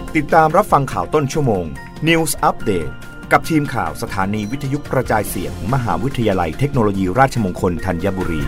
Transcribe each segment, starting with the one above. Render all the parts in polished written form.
ติดตามรับฟังข่าวต้นชั่วโมง News Update กับทีมข่าวสถานีวิทยุกระจายเสียง มหาวิทยาลัยเทคโนโลยีราชมงคลธัญบุรี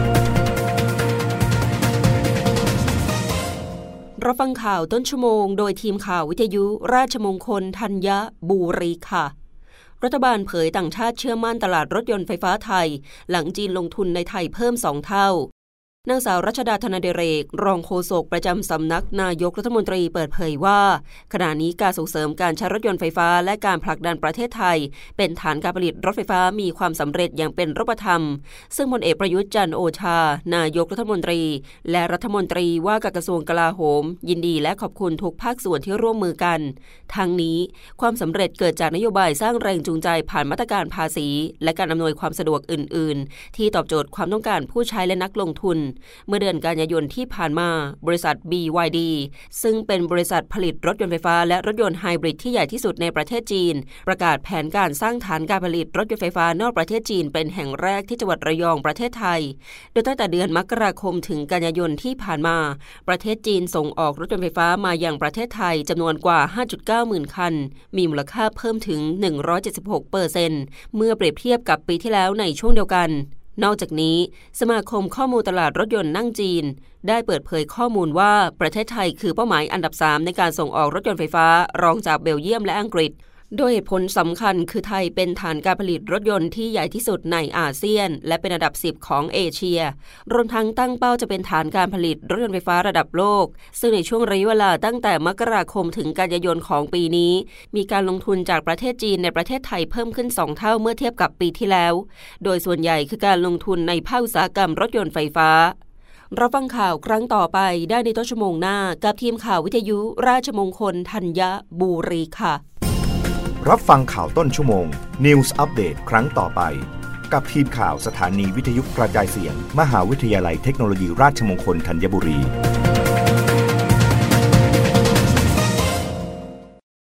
รับฟังข่าวต้นชั่วโมงโดยทีมข่าววิทยุราชมงคลธัญบุรีค่ะรัฐบาลเผยต่างชาติเชื่อมั่นตลาดรถยนต์ไฟฟ้าไทยหลังจีนลงทุนในไทยเพิ่ม2เท่านางสาวรัชดาธนเดเรกรองโฆษกประจำสำนักนายกรัฐมนตรีเปิดเผยว่าขณะนี้การส่งเสริมการใช้รถยนต์ไฟฟ้าและการผลักดันประเทศไทยเป็นฐานการผลิตรถไฟฟ้ามีความสำเร็จอย่างเป็นรูปธรรมซึ่งพลเอกประยุทธ์จันทร์โอชานายกรัฐมนตรีและรัฐมนตรีว่าการกระทรวงกลาโหมยินดีและขอบคุณทุกภาคส่วนที่ร่วมมือกันทั้งนี้ความสำเร็จเกิดจากนโยบายสร้างแรงจูงใจผ่านมาตรการภาษีและการอำนวยความสะดวกอื่นๆที่ตอบโจทย์ความต้องการผู้ใช้และนักลงทุนเมื่อเดือนกันยายนที่ผ่านมาบริษัท BYD ซึ่งเป็นบริษัทผลิตรถยนต์ไฟฟ้าและรถยนต์ไฮบริดที่ใหญ่ที่สุดในประเทศจีนประกาศแผนการสร้างฐานการผลิตรถยนต์ไฟฟ้านอกประเทศจีนเป็นแห่งแรกที่จังหวัดระยองประเทศไทยโดยตั้งแต่เดือนมกราคมถึงกันยายนที่ผ่านมาประเทศจีนส่งออกรถยนต์ไฟฟ้ามายังประเทศไทยจำนวนกว่า 5.9 หมื่นคันมีมูลค่าเพิ่มถึง 176% เมื่อเปรียบเทียบกับปีที่แล้วในช่วงเดียวกันนอกจากนี้สมาคมข้อมูลตลาดรถยนต์นั่งจีนได้เปิดเผยข้อมูลว่าประเทศไทยคือเป้าหมายอันดับ3ในการส่งออกรถยนต์ไฟฟ้ารองจากเบลเยียมและอังกฤษโดยเหตุผลสำคัญคือไทยเป็นฐานการผลิตรถยนต์ที่ใหญ่ที่สุดในอาเซียนและเป็นอันดับ10ของเอเชียรวมทั้งตั้งเป้าจะเป็นฐานการผลิตรถยนต์ไฟฟ้าระดับโลกซึ่งในช่วงระยะเวลาตั้งแต่มกราคมถึงกันยายนของปีนี้มีการลงทุนจากประเทศจีนในประเทศไทยเพิ่มขึ้น2เท่าเมื่อเทียบกับปีที่แล้วโดยส่วนใหญ่คือการลงทุนในภาคอุตสาหกรรมรถยนต์ไฟฟ้ารับฟังข่าวครั้งต่อไปได้ในต้นชั่วโมงหน้ากับทีมข่าววิทยุราชมงคลธัญบุรีค่ะรับฟังข่าวต้นชั่วโมง News Update ครั้งต่อไปกับทีมข่าวสถานีวิทยุกระจายเสียง มหาวิทยาลัยเทคโนโลยีราชมงคลธัญบุรี